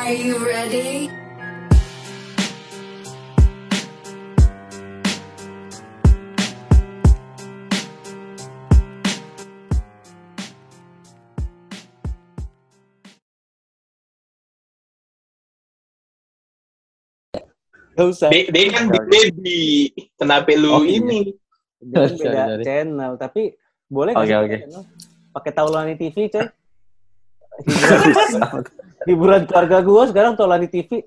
Are you ready? Gak usah. Dia kan baby. Kenapa lu ini? Dia kan beda Sorry. channel, tapi boleh nggak sih Oke. channel? Pakai Taulani TV, coy. Hiburan keluarga gue sekarang Taulani TV.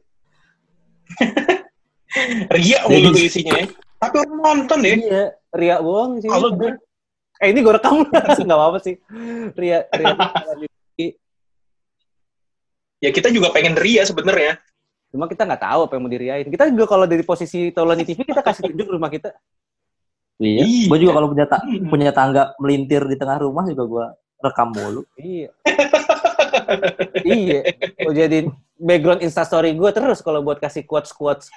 Ria mulu tuh isinya ya. Tapi orang nonton ya. Iya, Ria bohong sih. Kalau gue Ini gue rekam nggak apa-apa sih. Ria Taulani TV. ya kita juga pengen Ria sebenarnya. Cuma kita nggak tahu apa yang mau diriain. Kita juga kalau dari posisi Taulani TV kita kasih tunjuk rumah kita. Iya. Iya. Gue juga kalau punya tangga melintir di tengah rumah juga gue rekam mulu. Iya. Iya. Gue jadiin background instastory gue terus kalau buat kasih quotes.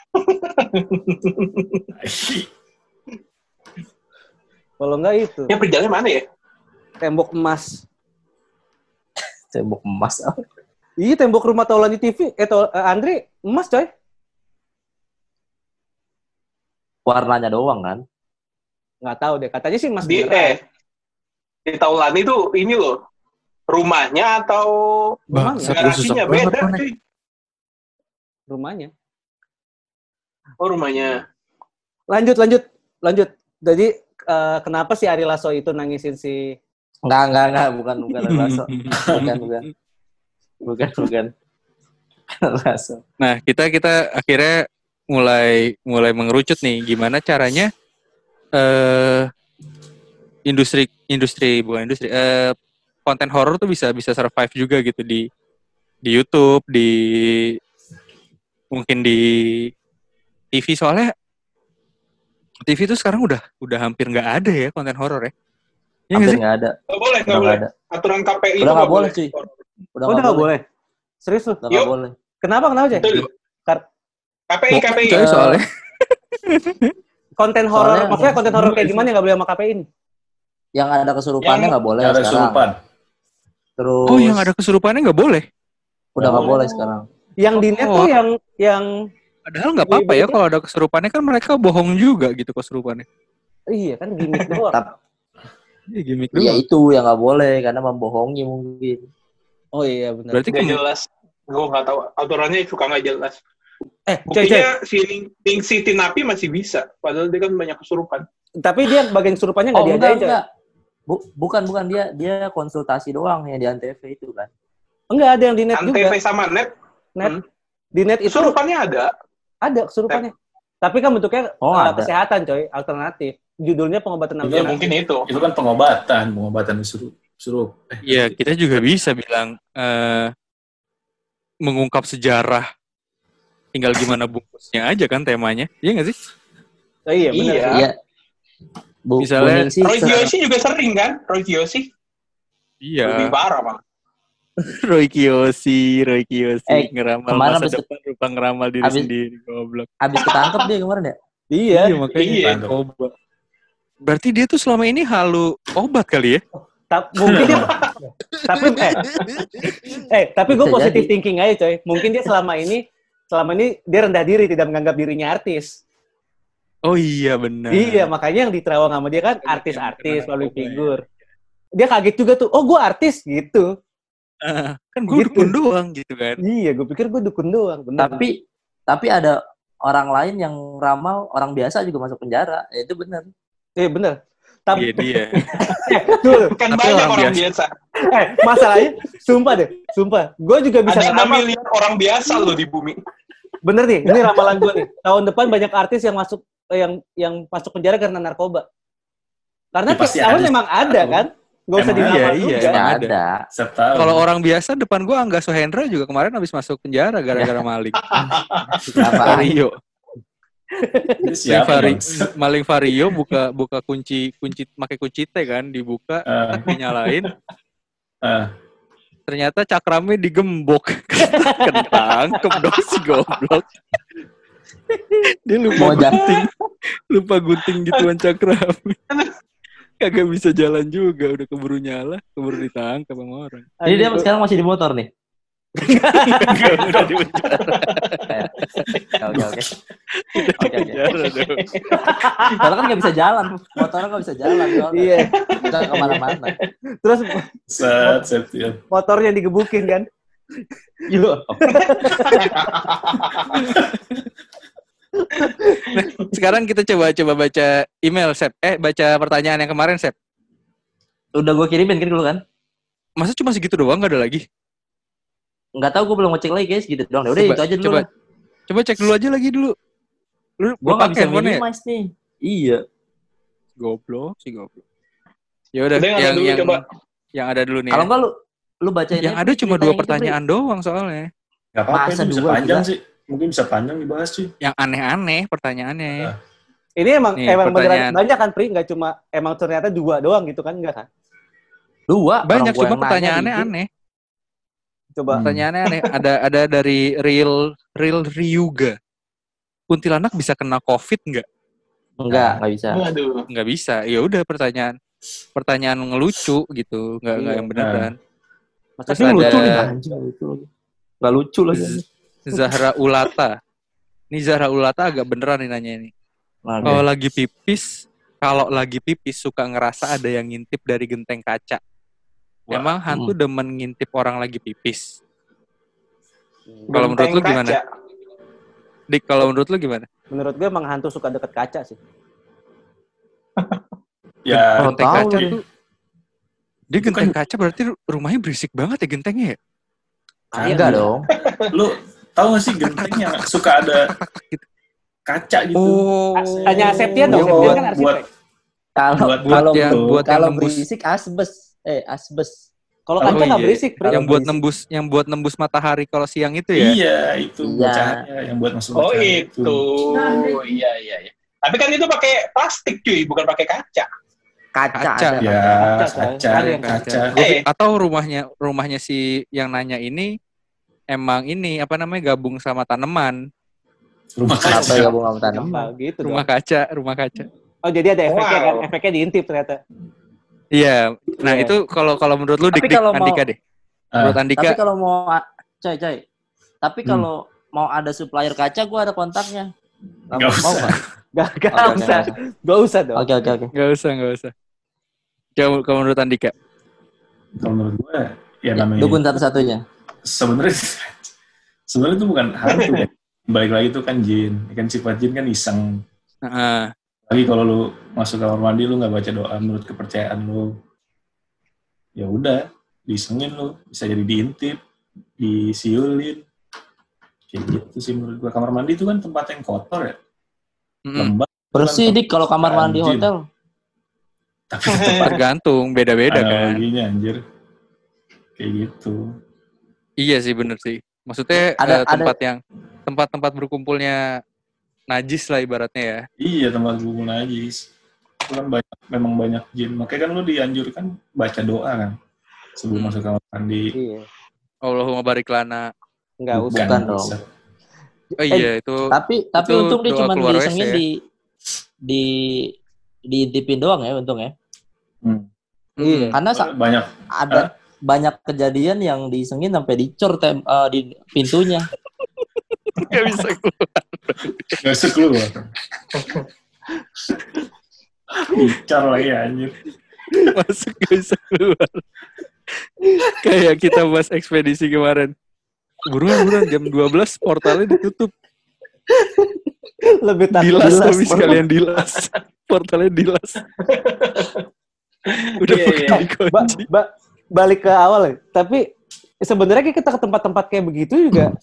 Kalau nggak itu. Ya perjalanan mana ya? Tembok emas. Tembok emas. Iya, tembok rumah Taulani TV. Andri, emas coy. Warnanya doang kan. Nggak tahu deh. Katanya sih emas Di beneran. di Taulani tuh ini loh. Rumahnya atau Rumahnya. garasinya beda cuy. Rumahnya. Oh rumahnya. Lanjut. Jadi kenapa si Ari Lasso itu nangisin si... Enggak, bukan Lasso. Bukan. Lasso. Nah, kita akhirnya mulai mengerucut nih gimana caranya konten horor tuh bisa survive juga gitu di YouTube, mungkin di TV, soalnya TV tuh sekarang udah hampir nggak ada ya konten horor ya. Iya nggak Hampir sih? nggak ada. Nggak boleh. Ada. Aturan KPI Udah nggak boleh cuy. Udah nggak boleh. Serius lu? Udah nggak Yuk. boleh. Kenapa coy? Betul. KPI. Coy, soalnya Konten horor, Soalnya- maksudnya konten horor kayak gimana yang nggak boleh sama KPI ini? Yang ada kesurupannya nggak boleh Ada sekarang. kesurupan. Terus. oh yang ada kesurupannya nggak boleh. Udah nggak boleh sekarang. Yang di net tuh yang Padahal nggak apa-apa ya kalau ada kesurupannya, kan mereka bohong juga gitu kesurupannya. iya kan gimmick doang. Iya gimmick Iya doang. itu yang nggak boleh karena membohongi mungkin. Oh iya benar. Berarti Nggak jelas. Gue nggak tahu. Aturannya suka nggak jelas. Coy. Buktinya si Ningsi Tinapi masih bisa. Padahal dia kan banyak kesurupan. Tapi dia bagian kesurupannya nggak diadain coy. Enggak. Bukan dia konsultasi doang yang di Antv itu kan. Enggak ada yang di net juga. Antv sama net. Net. Di net itu Kesurupannya ada. ada kesurupannya. Tapi kan bentuknya Ada. kesehatan coy, alternatif. Judulnya pengobatan Iya, alternatif. Mungkin itu. Itu kan pengobatan suruh. Iya, kita juga bisa bilang mengungkap sejarah. Tinggal gimana bungkusnya aja kan temanya. Iya nggak sih? Oh, iya benar. Iya. Iya. Misalnya, Ningsi Roy Kiyoshi juga sering kan? Roy Kiyoshi. Lebih Iya. parah malah. Roy Kiyoshi ngeramal kemana masa abis- depan lupa ngeramal diri abis- sendiri, goblok. habis ketangkep dia kemarin ya. Iya. makanya Iya. obat. Berarti dia tuh selama ini halu obat kali ya? Mungkin dia tapi gue Bisa positive jadi. thinking aja coy. Mungkin dia selama ini dia rendah diri, tidak menganggap dirinya artis. Oh iya benar. Iya, makanya yang diterawang sama dia kan artis-artis, benar, public narkoba, figure. Dia kaget juga tuh, oh gue artis gitu. Kan gue Gitu. dukun doang gitu kan. Iya, gue pikir gue dukun doang. Bener. Tapi ada orang lain yang ramal orang biasa juga masuk penjara. Ya, itu benar. Iya bener. Tapi Iya dia. dulu, Kan Tapi banyak orang orang biasa. masalahnya, sumpah, gue juga bisa Ada 6 ngeramal. miliar orang biasa loh di bumi. Bener nih, ini ramalan gue nih. Tahun depan banyak artis yang masuk masuk penjara karena narkoba. Karena Ya, pasti tiap tahun ada. memang ada kan? Gak usah Emang diramal iya, juga. emang Nggak ada. ada. Setiap tahun. Kalau orang biasa depan gue Angga Sohendra juga kemarin habis masuk penjara gara-gara maling. Apa? Vario. Itu siapa, Bang? Maling Vario buka kunci pakai kunci T kan, dibuka, tak dinyalain. Ternyata cakramnya digembok. Ketangkep dong si goblok. Dia lupa gunting gituan cakramnya. Kagak bisa jalan juga, udah keburu nyala, keburu ditangkap sama orang. Jadi dia sekarang masih di motor nih. Enggak, udah di penjara. Oke. Penjara dong. Soalnya kan nggak bisa jalan, motornya nggak bisa jalan. Iya. Nggak kemana-mana. Terus Set ya. motornya digebukin kan. Iya. Nah, sekarang kita coba baca email, Sep. Baca pertanyaan yang kemarin, Sep. Udah gue kirimin kan dulu kan? Masa cuma segitu doang, nggak ada lagi? Nggak tahu, gue belum ngecek lagi guys, gitu doang. Udah itu aja dulu. Coba cek dulu aja lagi dulu. Lu Gue nggak bisa handphone-nya? minimize nih. Iya. Goblok. Ya udah, Udah, yang coba. yang ada dulu nih. Kalau Ya. enggak lu bacain. Yang ada cuma 2 pertanyaan doang soalnya. Gak apa-apa, Masa ini bisa dua, panjang gila. sih. Mungkin bisa panjang dibahas sih. Yang aneh-aneh pertanyaannya. Ini emang Nih, beneran pertanyaan. banyak kan, Pri? Nggak cuma emang ternyata 2 doang gitu kan? Enggak kan? 2. Banyak, cuma pertanyaannya aneh. Coba. Pertanyaannya aneh. Ada dari Real Ryuga. Kuntilanak bisa kena COVID nggak? Enggak bisa. Waduh. Nggak bisa. Ya udah, pertanyaan ngelucu gitu, nggak yang beneran. Masa Terus sih ada lucu nih? Anjing lucu lagi. Enggak lucu lagi. Zahra Ulata. Ini Zahra Ulata agak beneran nih nanya ini. Nah, Kalau lagi pipis suka ngerasa ada yang ngintip dari genteng kaca. Wah. Emang hantu demen ngintip orang lagi pipis? Kalau menurut lu Genteng gimana? kaca. Dik, kalau menurut lu gimana? Menurut gue emang hantu suka deket kaca sih. Ya, Genteng tahu kaca nih. tuh. Dia genteng kaca berarti rumahnya berisik banget ya gentengnya ya? enggak dong. lu tahu gak sih genteng yang suka ada kaca gitu? Oh. Tanya Septian dong, Iya, Septian kan buat arsitek. Kalau buat yang kalau nembus. berisik asbes. Kalau Oh, kaca nggak iya. berisik, Pri. Yang buat nembus matahari kalau siang itu ya? Iya, itu buat Iya. cahaya yang buat masuk Oh cahaya itu. Iya. Tapi kan itu pakai plastik cuy, bukan pakai kaca. Kaca. Kaca. Ada. Ya, Kaca, kaca, ada yang kaca. Atau rumahnya si yang nanya ini emang ini apa namanya gabung sama tanaman. Rumah Kenapa kaca. gabung sama tanaman? Nah, gitu dong. Rumah kaca. Oh, jadi ada efeknya Wow. kan? Efeknya diintip ternyata. Iya. Nah, Iya. itu kalau menurut lu Tapi dik kalau mau- Andika deh. Menurut Andika Tapi kalau mau coy. Tapi kalau mau ada supplier kaca, gue ada kontaknya. Nggak usah. Mau nggak? Gak Oke, usah. Gak usah dong. Oke. enggak usah. Kalau menurut Andika. Kalau menurut gue, ya namanya. Dukun satu-satunya. Sebenarnya itu bukan hantu ya. Balik lagi itu kan jin. Kan sifat jin kan iseng. Heeh. Lagi kalau lu masuk kamar mandi lu nggak baca doa menurut kepercayaan lu, ya udah disengin lu, bisa jadi diintip, disiulin, kayak gitu sih menurut gua. Kamar mandi itu kan tempat yang kotor ya, lembab. Bersih dik kalau kamar mandi Anjing. hotel. Tapi tetap Tergantung, beda-beda kan. analoginya anjir, kayak gitu. Iya sih bener sih. Maksudnya Ada- tempat berkumpulnya najis lah ibaratnya ya. Iya, tempat berkumpul najis. Itu kan memang banyak jin. Makanya kan lu dianjurkan baca doa kan sebelum masuk kamar mandi. Iya. Allahumma barik lana. Enggak usah. Bukan dong. bisa. Oh iya itu. Tapi Itu untung dia doa cuma keluar disengin WC ya. diintipin doang ya untung ya. Iya. Karena Banyak. ada banyak kejadian yang disengin sampai dicor di pintunya. Gak bisa keluar. Gak usah keluar. Bicar lagi anjir. Masuk gak bisa keluar. Kayak kita bahas ekspedisi kemarin. Buruan jam 12 portalnya ditutup. Lebih takut. Dilas tapi sekalian dilas. Portalnya dilas. Udah Iya, pakai iya. dikunci. Balik ke awal ya. Tapi sebenarnya kita ke tempat-tempat kayak begitu juga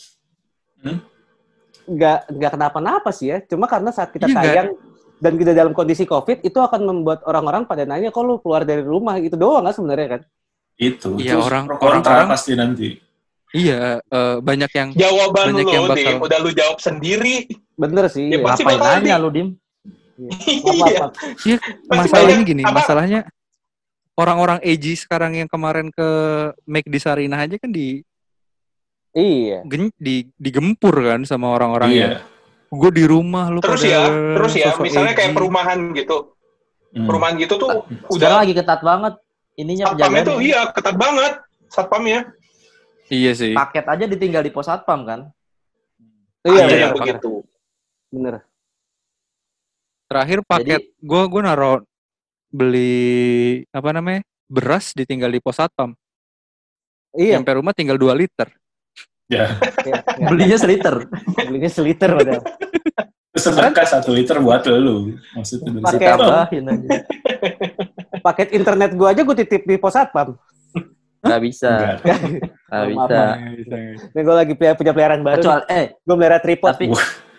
nggak kenapa-napa sih ya. Cuma karena saat kita Iya, tayang dan kita dalam kondisi COVID itu akan membuat orang-orang pada nanya kok lu keluar dari rumah gitu doang kan sebenarnya kan. Itu. Iya, Terus orang-orang pasti nanti. Iya, banyak yang Jawaban Banyak yang lu, bakal- Dim, udah lu jawab sendiri. Bener sih. Ya, Iya. pasti Ngapain bakal nanya di- lu Dim? Iya. iya, Pasti masalahnya banyak gini, apa- masalahnya orang-orang edgy sekarang yang kemarin ke Make di Sarinah aja kan Iya. digempur kan sama orang-orang Iya. yang gue di rumah lu Terus pada ya, sosok misalnya kayak edgy. perumahan gitu. Perumahan gitu tuh Sekarang udah lagi ketat banget ininya satpamnya penjagaannya. tuh iya ketat banget satpamnya. Iya sih. Paket aja ditinggal di pos satpam kan. Iya, Ada benar. yang begitu. Bener. Terakhir paket gue naro beli apa namanya beras ditinggal di pos satpam. Iya. Sampai rumah tinggal 2 liter. Ya. Iya. Belinya seliter. Belinya seliter padahal. Sedekah 1 liter buat lu. Maksudnya dari Pakai situ. Ditambahin aja. Paket internet gua aja gua titip di pos satpam. Nggak bisa. Enggak. Nggak Maaf, bisa. maaf. Ini gua lagi punya peliharaan baru. Kecuali, Gua melihara tripod. tapi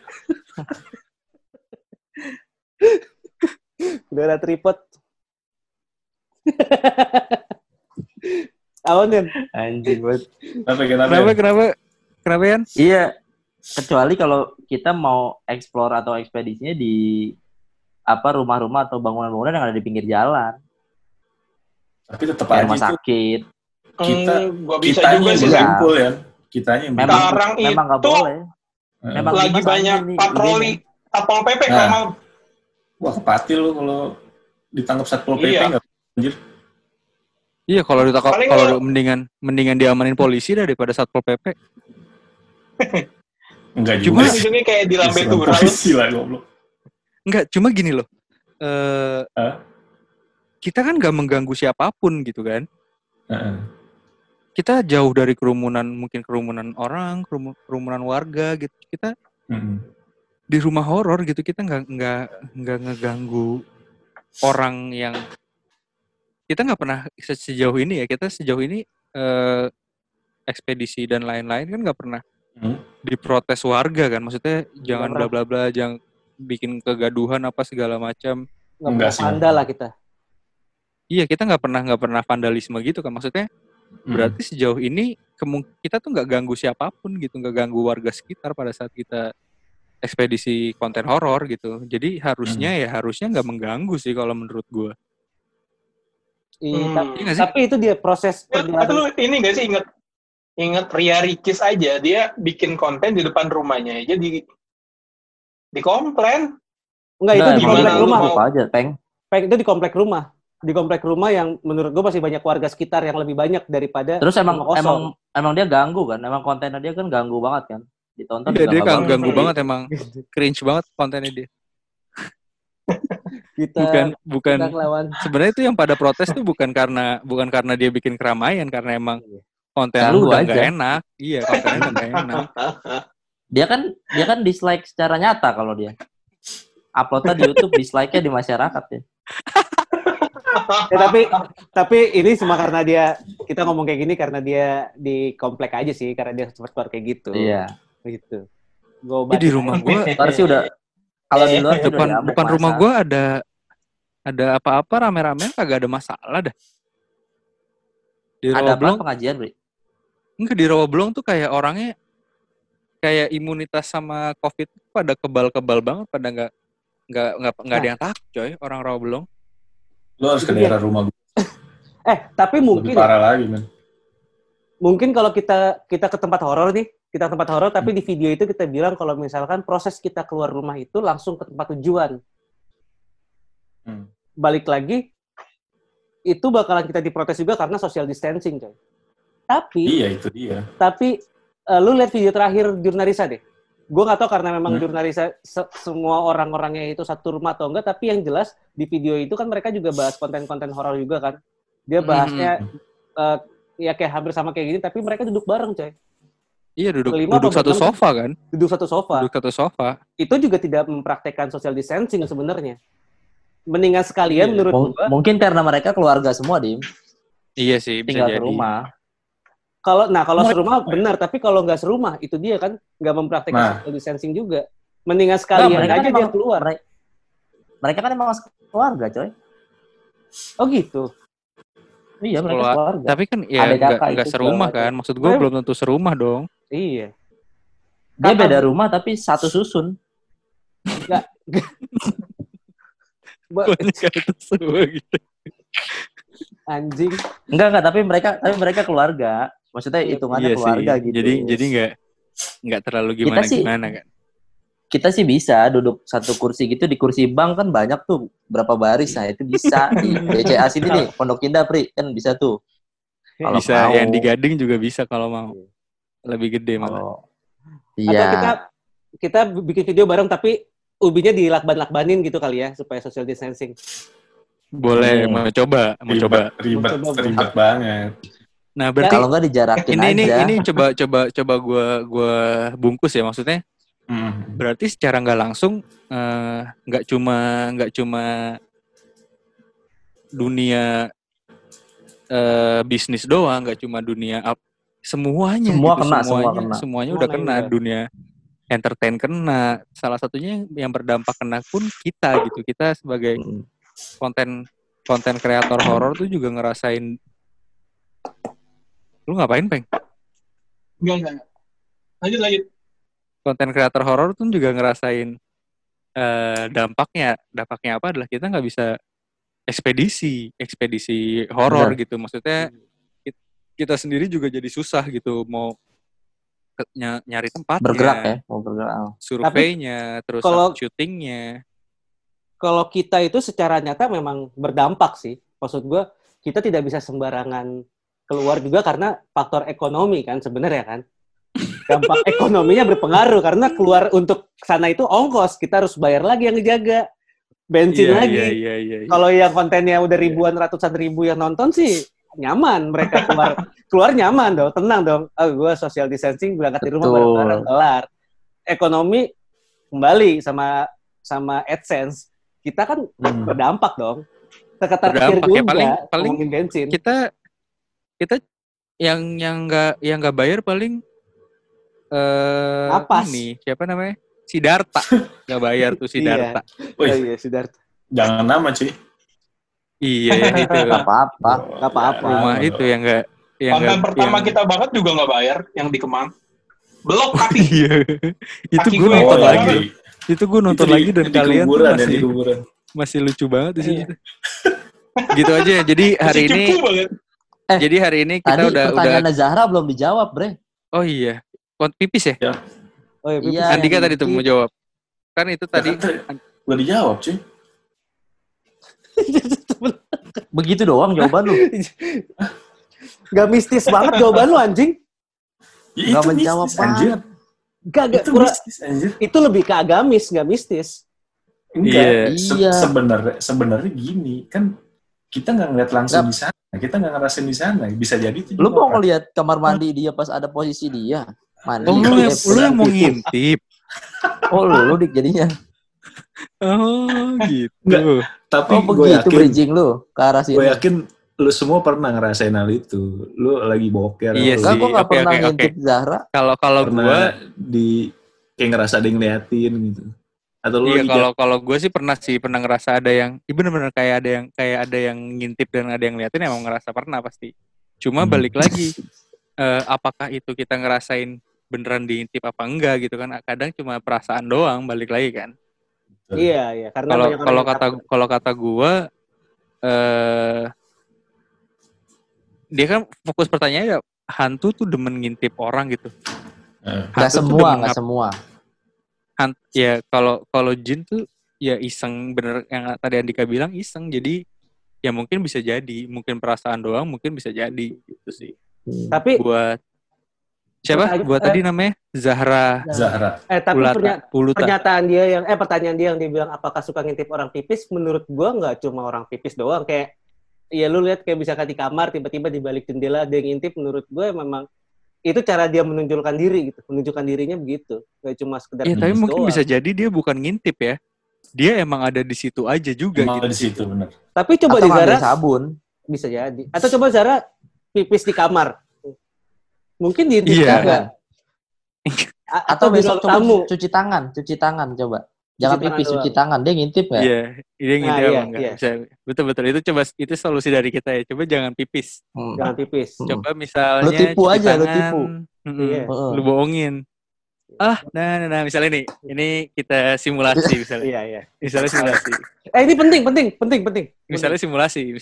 Melihara tripod. Awan kan? anjing banget. Kenapa Yan? Iya. Kecuali kalau kita mau explore atau ekspedisinya di rumah-rumah atau bangunan-bangunan yang ada di pinggir jalan. Tapi tetap Kayak aja rumah itu sakit. kita Gua bisa kitanya juga yang sih. Iya. berkumpul ya. Kitanya yang Memang Sekarang memang nggak itu boleh. Memang lagi Dimas banyak aja nih patroli Satpol PP Nah. kalau wah kepatil lu kalau ditangkap Satpol PP Iya. enggak anjir. Iya kalau ditangkap Paling kalau lo- mendingan diamanin polisi dah daripada Satpol PP. Enggak Cuma- juga. ujungnya kayak di Lambe Diserang Tura. polisi lah goblok. Enggak, cuma gini loh. Hah? Kita kan nggak mengganggu siapapun gitu kan. Heeh. Kita jauh dari mungkin kerumunan orang, kerumunan warga gitu. Kita Heeh. di rumah horor gitu, kita nggak ngeganggu orang yang kita nggak pernah sejauh ini ya. Kita sejauh ini ekspedisi dan lain-lain kan nggak pernah diprotes warga kan. Maksudnya jangan bla bla bla, jangan bikin kegaduhan apa segala macam. Nggak Enggak pernah sih. vandal lah kita. Iya, kita nggak pernah vandalisme gitu kan. Maksudnya berarti sejauh ini kita tuh nggak ganggu siapapun gitu, nggak ganggu warga sekitar pada saat kita ekspedisi konten horor gitu. Jadi harusnya nggak mengganggu sih kalau menurut gue. Iya, Hmm. Iya nggak sih? tapi itu dia proses Tapi perjalanan. lu ini gak sih inget Ria Ricis aja, dia bikin konten di depan rumahnya aja di komplain. Enggak, itu di gimana komplek lu rumah. mau- Apa aja, Peng. Peng, itu di komplek rumah. Di komplek rumah yang menurut gue masih banyak warga sekitar yang lebih banyak daripada Terus emang rumah kosong. emang dia ganggu kan? Emang kontennya dia kan ganggu banget kan? Ditonton Iya, juga dia nggak ganggu bagus. banget emang. Cringe banget kontennya dia. kita Bukan ngelawan. sebenarnya itu yang pada protes tuh bukan karena dia bikin keramaian, karena emang konten Ganggu lu udah nggak aja. enak. Iya, kontennya udah nggak enak. Dia kan dislike secara nyata kalau dia. Uploadnya di YouTube, dislike-nya di masyarakat ya. Ya, tapi ini cuma karena kita ngomong kayak gini karena dia di komplek aja sih, karena dia sempat keluar kayak gitu. Iya. Gitu. Ini di rumah gue Ntar sih udah kalau di luar sih udah diamuk depan masa. rumah gue ada apa-apa rame-rame kagak ada masalah dah. Di Ada apa Rawablong pengajian, Bri? enggak, di Rawablong tuh kayak orangnya kayak imunitas sama COVID pada kebal-kebal banget, pada nggak ada yang takut coy orang Rawablong. Lu harus ke daerah rumah gue. Tapi Lebih mungkin parah lagi, men. mungkin kalau kita ke tempat horor nih, tapi di video itu kita bilang kalau misalkan proses kita keluar rumah itu langsung ke tempat tujuan. Balik lagi, itu bakalan kita diprotes juga karena social distancing, coy. Iya, itu dia. Tapi lu lihat video terakhir Jurnarisa deh. Gue nggak tahu karena memang Jurnarisa semua orang-orangnya itu satu rumah atau enggak, tapi yang jelas di video itu kan mereka juga bahas konten-konten horor juga kan. Dia bahasnya ya kayak hampir sama kayak gini, tapi mereka duduk bareng, coy. Iya, duduk Berlima apa satu berenam? sofa kan. Duduk satu sofa. Duduk satu sofa. Itu juga tidak mempraktekkan social distancing sebenarnya. Mendingan sekalian menurut gua. Mungkin karena mereka keluarga semua, Dim. Iya sih, bisa Tinggal jadi. ke rumah. Kalau serumah benar, tapi kalau nggak serumah itu dia kan nggak mempraktekkan social distancing juga. Mendingan sekalian mereka aja kan dia emang- keluar. Mereka kan emang keluarga, coy. Oh gitu. Iya, mereka keluarga. Tapi kan ya Ada kakak nggak itu serumah segala kan. Maksud gue belum tentu serumah dong. Iya. Dia beda rumah tapi satu susun. Banyak itu semua gitu. Anjing. Enggak, tapi mereka keluarga. Maksudnya hitungannya Iya keluarga sih. gitu. Jadi nggak terlalu gimana kan. Kita sih bisa duduk satu kursi gitu, di kursi bank kan banyak tuh berapa baris, nah itu bisa di BCA sini nih, Pondok Indah Pri kan bisa tuh. Kalau Bisa mau. yang di Gading juga bisa kalau mau. Lebih gede malah. Kalau Atau iya. kita bikin video bareng tapi ubinya dilakban-lakbanin gitu kali ya supaya social distancing. Boleh, mau coba. Ribet banget. Nah, berarti Kalau nggak dijarakin aja. ini coba gua bungkus ya, maksudnya. Berarti secara nggak langsung nggak cuma dunia bisnis doang, nggak cuma dunia semuanya Semua gitu, kena. semuanya udah kena. Dunia entertain kena, salah satunya yang berdampak kena pun kita gitu. Kita sebagai konten kreator horor tuh juga ngerasain. Lu ngapain, Peng? Enggak. Lanjut. Konten kreator horor tuh juga ngerasain dampaknya apa adalah kita nggak bisa ekspedisi horor gitu. Maksudnya kita sendiri juga jadi susah gitu mau nyari tempatnya, bergerak ya, mau bergerak. Surveinya, terus syutingnya. Kalau kita itu secara nyata memang berdampak sih. Maksud gue, kita tidak bisa sembarangan keluar juga karena faktor ekonomi kan sebenarnya kan. Dampak ekonominya berpengaruh karena keluar untuk sana itu ongkos, kita harus bayar lagi yang ngejaga. Bensin lagi. Iya. Kalau yang kontennya udah ribuan, ratusan ribu yang nonton sih nyaman, mereka keluar nyaman dong, tenang dong. Gue social distancing, berangkat di rumah bareng-bareng, kelar. Ekonomi kembali sama AdSense. Kita kan berdampak dong. Teka-teki juga ya, paling ngomongin bensin. Kita yang nggak bayar paling ini siapa namanya? Sidarta nggak bayar tuh Sidarta. Iya, Sidarta. Jangan nama cuy. Iya itu. Gak apa-apa. Rumah itu yang nggak. Konten pertama kita banget juga nggak bayar, yang di Kemang. Belok kaki. Iya. Itu gue nonton lagi. Itu gue nonton lagi dan kalian tuh masih lucu banget di sini. Gitu aja. Jadi hari ini. Jadi hari ini kita udah. Pertanyaan Zahra belum dijawab, Bre. Oh iya. Pipis ya? Oh iya, pipis. Andika tadi tuh mau jawab. Kan itu tadi. Udah dijawab cuy. Begitu doang jawaban lu. Gak mistis banget jawaban lu anjing. Ya, gak menjawab banget. Gak mistis anjir. Itu lebih ke agamis, gak mistis. Enggak. Iya. Sebenarnya gini, kan kita nggak ngeliat langsung di sana, kita nggak ngerasain di sana. Bisa jadi itu. Lu mau ngeliat kamar mandi dia pas ada posisi dia mandi. Lu yang mau ngintip. Oh lu dik jadinya. Oh gitu. Enggak, tapi gue yakin bridging lu ke arah sini. Gue yakin lu semua pernah ngerasain hal itu. Lu lagi boker. Iya sih. Gue nggak pernah ngintip Zahra. Kalau gue kayak ngerasa ada yang ngeliatin gitu. Atau lu kalau gue sih pernah ngerasa ada yang bener-bener kayak ada yang ngintip dan ada yang ngeliatin, emang ngerasa pernah pasti. Cuma balik lagi apakah itu kita ngerasain beneran diintip apa enggak gitu kan? Kadang cuma perasaan doang, balik lagi kan. Iya, karena kalau kata gue dia kan fokus pertanyaannya hantu tuh demen ngintip orang gitu. Nggak semua. Ya kalau jin tuh ya iseng, bener yang tadi Andika bilang iseng, jadi ya mungkin bisa jadi, mungkin perasaan doang, mungkin bisa jadi gitu sih. Tapi buat siapa? Buat tadi namanya Zahra. Tapi pertanyaan dia yang dia bilang apakah suka ngintip orang pipis, menurut gua nggak cuma orang pipis doang, kayak ya lu lihat kayak misalkan di kamar tiba-tiba di balik jendela ada yang ngintip, menurut gua memang itu cara dia menunjukkan dirinya begitu, nggak cuma sekedar tapi mungkin doang. Bisa jadi dia bukan ngintip ya, dia emang ada di situ aja juga emang gitu. Di situ benar. Tapi coba di Zara sabun bisa jadi, atau coba Zara pipis di kamar, mungkin diintip juga. Atau besok coba cuci tangan coba. Jangan pipis, cuci tangan. Dia ngintip nggak? Iya, dia ngintip apa enggak? Bisa. Betul. Itu solusi dari kita ya. Coba jangan pipis. Jangan pipis. Coba misalnya lu tipu aja, lu tipu. Lu bohongin. Nah, misalnya nih. Ini kita simulasi misalnya. Iya. Misalnya simulasi. Ini penting. Misalnya simulasi.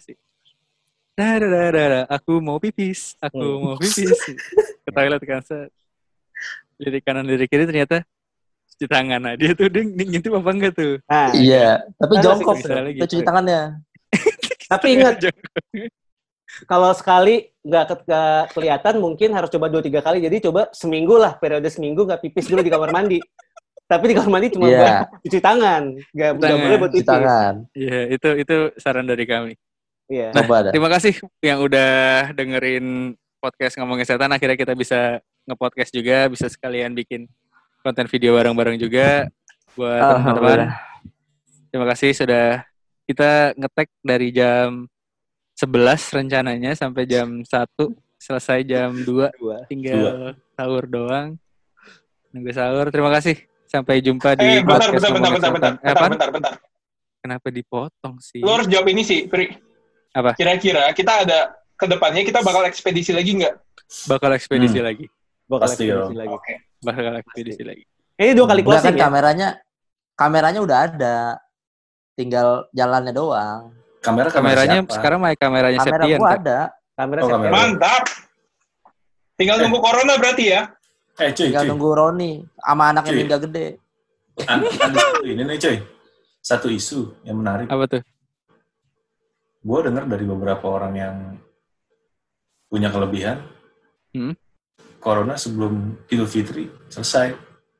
Aku mau pipis. Ke toilet kan. Lirik kanan, lirik kiri ternyata cuci tangan. Nah, dia ngintip apa enggak tuh? Iya, tapi jongkok. Kita cuci tangannya. Tapi ingat, kalau sekali nggak kelihatan mungkin harus coba 2-3 kali. Jadi coba seminggu lah, periode seminggu nggak pipis dulu di kamar mandi. Tapi di kamar mandi cuma buat cuci tangan, nggak boleh buat Cuci pipis. tangan. Iya, itu saran dari kami. Iya. Nah, Coba dah. terima kasih yang udah dengerin podcast Ngomongin Setan. Akhirnya kita bisa nge-podcast juga, bisa sekalian bikin konten video bareng-bareng juga buat teman-teman. Terima kasih sudah kita nge-tag dari jam 11 rencananya sampai jam 1, selesai jam 2. Tinggal sahur doang. Nunggu sahur. Terima kasih. Sampai jumpa di podcast Ngomongin Setan. Bentar. Kenapa dipotong sih? Lo harus jawab ini sih, Pri. Apa? Kira-kira kita ada ke depannya kita bakal ekspedisi lagi nggak? Bakal ekspedisi lagi. Pasti ya. Oke. Bakal ekspedisi lagi. Ini 2 kali Udah kan closing ya? kameranya udah ada. Tinggal jalannya doang. Kameranya siapa? sekarang kameranya Kamera Septian. gua Kak. ada. Kamera Oh, Septian. kamera. Mantap. Tinggal nunggu corona berarti ya? Cuy, Tinggal nunggu Roni sama anaknya Cuy. Mingga gede. Ada ini nih cuy. Satu isu yang menarik. Apa tuh? Gue dengar dari beberapa orang yang punya kelebihan. Corona sebelum Idul Fitri selesai.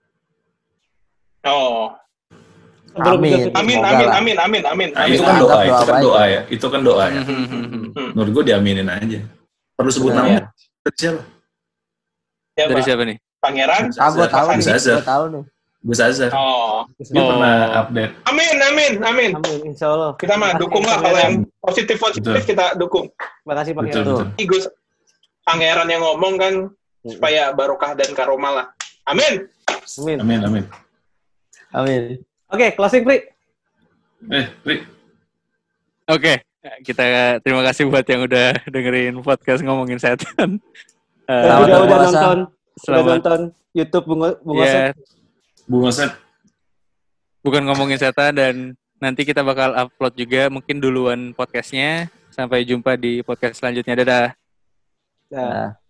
Oh. Amin. Amin. Nah, itu kan doa, itu kan doa ya. Itu kan doa ya. Menurut gue diaminin aja. Perlu sebut Benar. nama? Dari siapa? Dari siapa nih? Pangeran? Gue tahu nih. Zazar. Gue tahu nih. Gus Azhar. Oh. Dia pernah update. Amin. Amin, insya Allah. Kita mah dukung lah kalau yang positif kita dukung. Makasih Pak Betul, Heru. betul. Gus Pangeran yang ngomong kan supaya barokah dan karomah lah. Amin. Amin. Amin. Oke, closing Pri. Rik. Oke, kita terima kasih buat yang udah dengerin podcast Ngomongin Setan. Udah puasa. nonton YouTube Bunga Ya, Bunga Set. bukan Ngomongin Setan, dan nanti kita bakal upload juga mungkin duluan podcastnya. Sampai jumpa di podcast selanjutnya. Dadah. Set. Nah.